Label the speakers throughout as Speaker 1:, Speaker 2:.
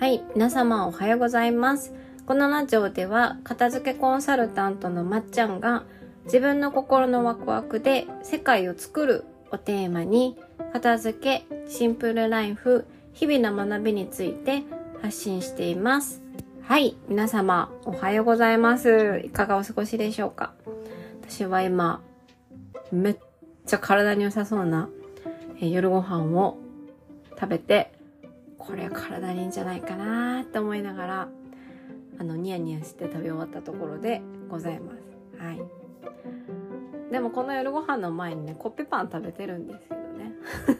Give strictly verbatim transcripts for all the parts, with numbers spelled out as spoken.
Speaker 1: はい、皆様おはようございます。このラジオでは片付けコンサルタントのまっちゃんが自分の心のワクワクで世界を作るをテーマに片付け、シンプルライフ、日々の学びについて発信しています。はい、皆様おはようございます。いかがお過ごしでしょうか。私は今めっちゃ体に良さそうなえ夜ご飯を食べて、これは体にいいんじゃないかなって思いながらあのニヤニヤして食べ終わったところでございます。はい。でもこの夜ご飯の前にね、コッペパン食べてるんですけどね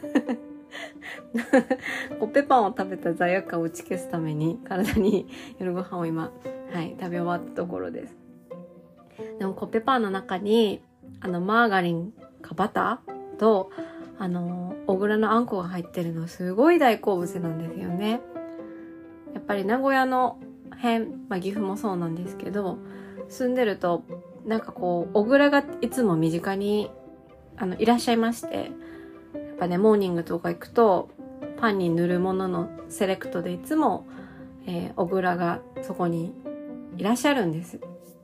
Speaker 1: コッペパンを食べた罪悪感を打ち消すために体に夜ご飯を今、はい、食べ終わったところです。でもコッペパンの中にあのマーガリンかバターとあの小倉のあんこが入ってるのすごい大好物なんですよね。やっぱり名古屋の辺、まあ、岐阜もそうなんですけど、住んでるとなんかこう小倉がいつも身近にあのいらっしゃいまして、やっぱねモーニングとか行くとパンに塗るもののセレクトでいつも、えー、小倉がそこにいらっしゃるんです。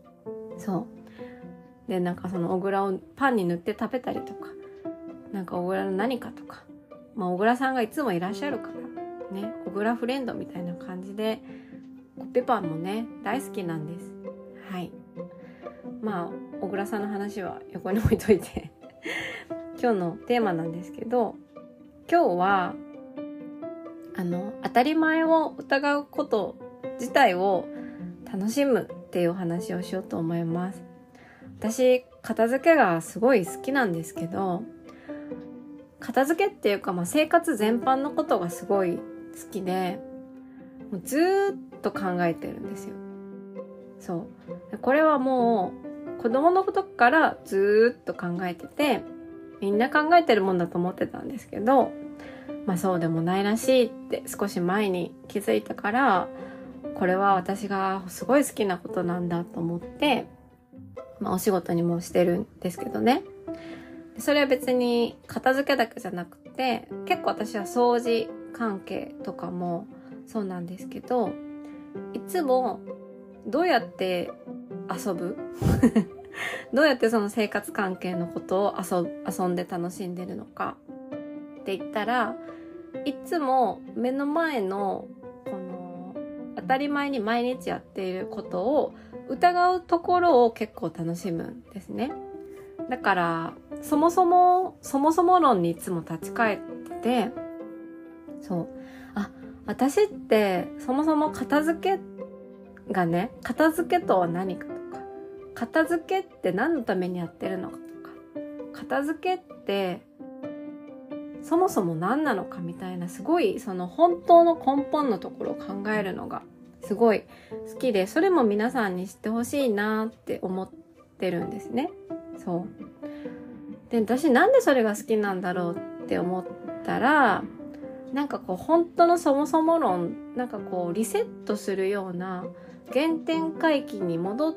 Speaker 1: そうで、なんかその小倉をパンに塗って食べたりとか、なんか小倉の何かとか、まあ小倉さんがいつもいらっしゃるからね、小倉フレンドみたいな感じでコッペパンもね大好きなんです。はい。まあ小倉さんの話は横に置いといて今日のテーマなんですけど、今日はあの当たり前を疑うこと自体を楽しむっていうお話をしようと思います。私片付けがすごい好きなんですけど、片付けっていうか、まあ、生活全般のことがすごい好きで、もうずーっと考えてるんですよ。そうこれはもう子供のことからずーっと考えてて、みんな考えてるもんだと思ってたんですけど、まあそうでもないらしいって少し前に気づいたから、これは私がすごい好きなことなんだと思って、まあお仕事にもしてるんですけどね。それは別に片付けだけじゃなくて、結構私は掃除関係とかもそうなんですけど、いつもどうやって遊ぶどうやってその生活関係のことを遊遊んで楽しんでるのかって言ったら、いつも目の前のこの当たり前に毎日やっていることを疑うところを結構楽しむんですね。だからそもそもそもそも論にいつも立ち返ってて、そうあ私ってそもそも片付けがね、片付けとは何かとか、片付けって何のためにやってるのかとか、片付けってそもそも何なのかみたいな、すごいその本当の根本のところを考えるのがすごい好きで、それも皆さんに知ってほしいなって思ってるんですね。そうで、私なんでそれが好きなんだろうって思ったら、なんかこう本当のそもそも論、なんかこうリセットするような原点回帰に戻って、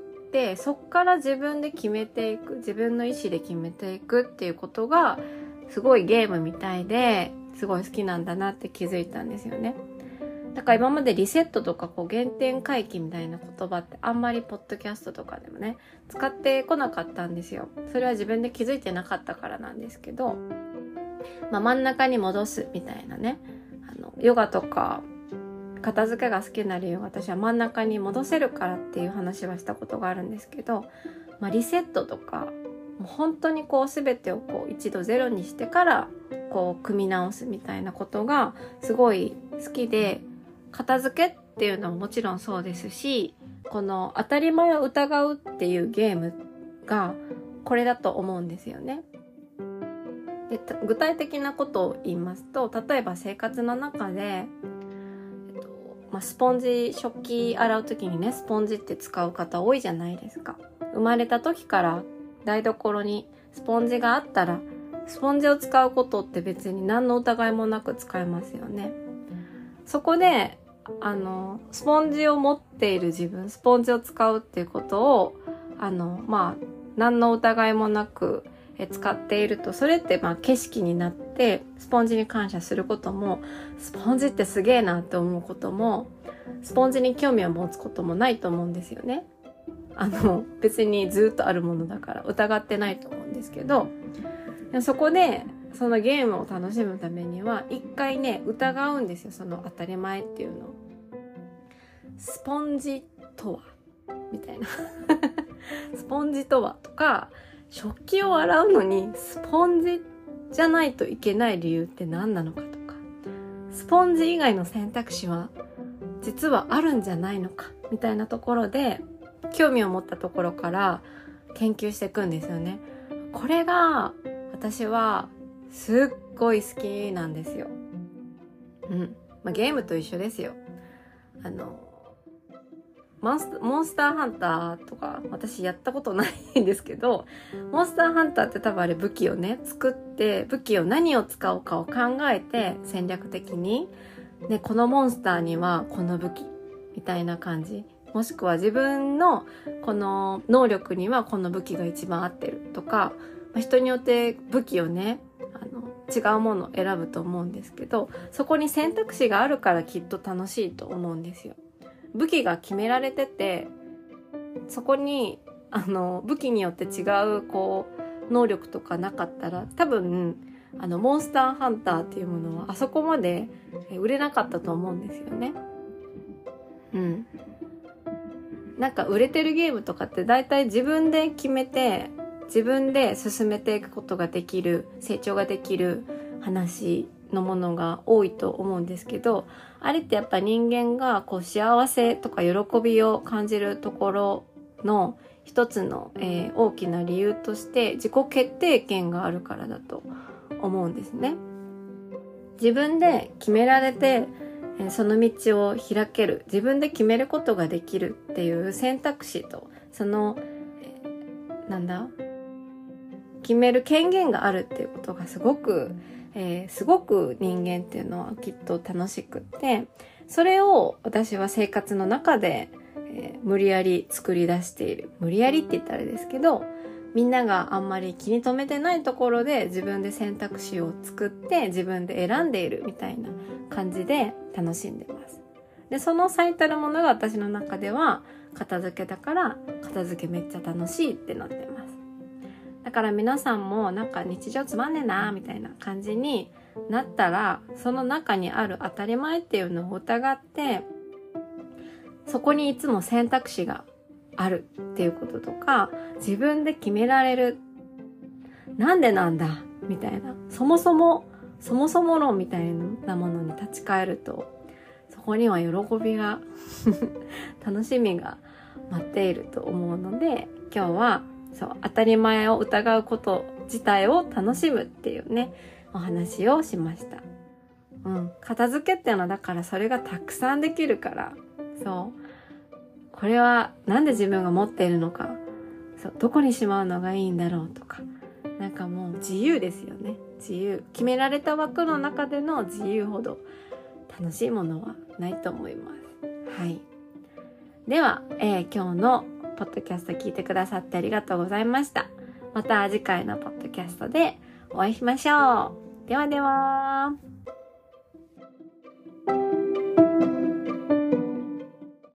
Speaker 1: そっから自分で決めていく、自分の意思で決めていくっていうことがすごいゲームみたいで、すごい好きなんだなって気づいたんですよね。だから今までリセットとかこう原点回帰みたいな言葉ってあんまりポッドキャストとかでもね使ってこなかったんですよ。それは自分で気づいてなかったからなんですけど、まあ、真ん中に戻すみたいなね、あのヨガとか片付けが好きな理由は、私は真ん中に戻せるからっていう話はしたことがあるんですけど、まあ、リセットとかもう本当にこう全てをこう一度ゼロにしてからこう組み直すみたいなことがすごい好きで、片付けっていうのももちろんそうですし、この当たり前を疑うっていうゲームがこれだと思うんですよね。で、具体的なことを言いますと、例えば生活の中で、えっとまあ、スポンジ、食器洗う時にね、スポンジって使う方多いじゃないですか。生まれた時から台所にスポンジがあったら、スポンジを使うことって別に何の疑いもなく使えますよね。そこであのスポンジを持っている自分、スポンジを使うっていうことをあのまあ何の疑いもなく使っていると、それってまあ景色になってスポンジに感謝することも、スポンジってすげえなって思うことも、スポンジに興味を持つこともないと思うんですよね。あの別にずっとあるものだから疑ってないと思うんですけど、でもそこでそのゲームを楽しむためには一回ね疑うんですよ、その当たり前っていうのを。スポンジとはみたいなスポンジとはとか、食器を洗うのにスポンジじゃないといけない理由って何なのかとか、スポンジ以外の選択肢は実はあるんじゃないのかみたいなところで興味を持ったところから研究していくんですよね。これが私はすっごい好きなんですよ。うん。まあ、ゲームと一緒ですよ。あのモンス、モンスターハンターとか私やったことないんですけど、モンスターハンターって多分あれ武器をね作って、武器を何を使うかを考えて戦略的に、ね、このモンスターにはこの武器みたいな感じ、もしくは自分のこの能力にはこの武器が一番合ってるとか、人によって武器をねあの違うものを選ぶと思うんですけど、そこに選択肢があるからきっと楽しいと思うんですよ。武器が決められてて、そこにあの武器によって違うこう能力とかなかったら、多分あのモンスターハンターっていうものはあそこまで売れなかったと思うんですよね。うん。なんか売れてるゲームとかって大体自分で決めて自分で進めていくことができる、成長ができる話のものが多いと思うんですけど、あれってやっぱ人間がこう幸せとか喜びを感じるところの一つの、えー、大きな理由として自己決定権があるからだと思うんですね。自分で決められて、えー、その道を開ける、自分で決めることができるっていう選択肢と、その、えー、なんだ決める権限があるっていうことがすごくえー、すごく人間っていうのはきっと楽しくって、それを私は生活の中で、えー、無理やり作り出している。無理やりって言ったらあれですけど、みんながあんまり気に留めてないところで自分で選択肢を作って自分で選んでいるみたいな感じで楽しんでます。で、その最たるものが私の中では片付けだから、片付けめっちゃ楽しいってなってます。だから皆さんもなんか日常つまんねえなみたいな感じになったら、その中にある当たり前っていうのを疑って、そこにいつも選択肢があるっていうこととか、自分で決められる、なんでなんだみたいな、そもそもそもそも論みたいなものに立ち返ると、そこには喜びが楽しみが待っていると思うので、今日はそう当たり前を疑うこと自体を楽しむっていうねお話をしました。うん、片付けっていうのはだからそれがたくさんできるから、そうこれはなんで自分が持っているのか、そうどこにしまうのがいいんだろうとか、なんかもう自由ですよね。自由、決められた枠の中での自由ほど楽しいものはないと思います。はい。では、えー、今日のポッドキャスト聞いてくださってありがとうございました。また次回のポッドキャストでお会いしましょう。ではでは。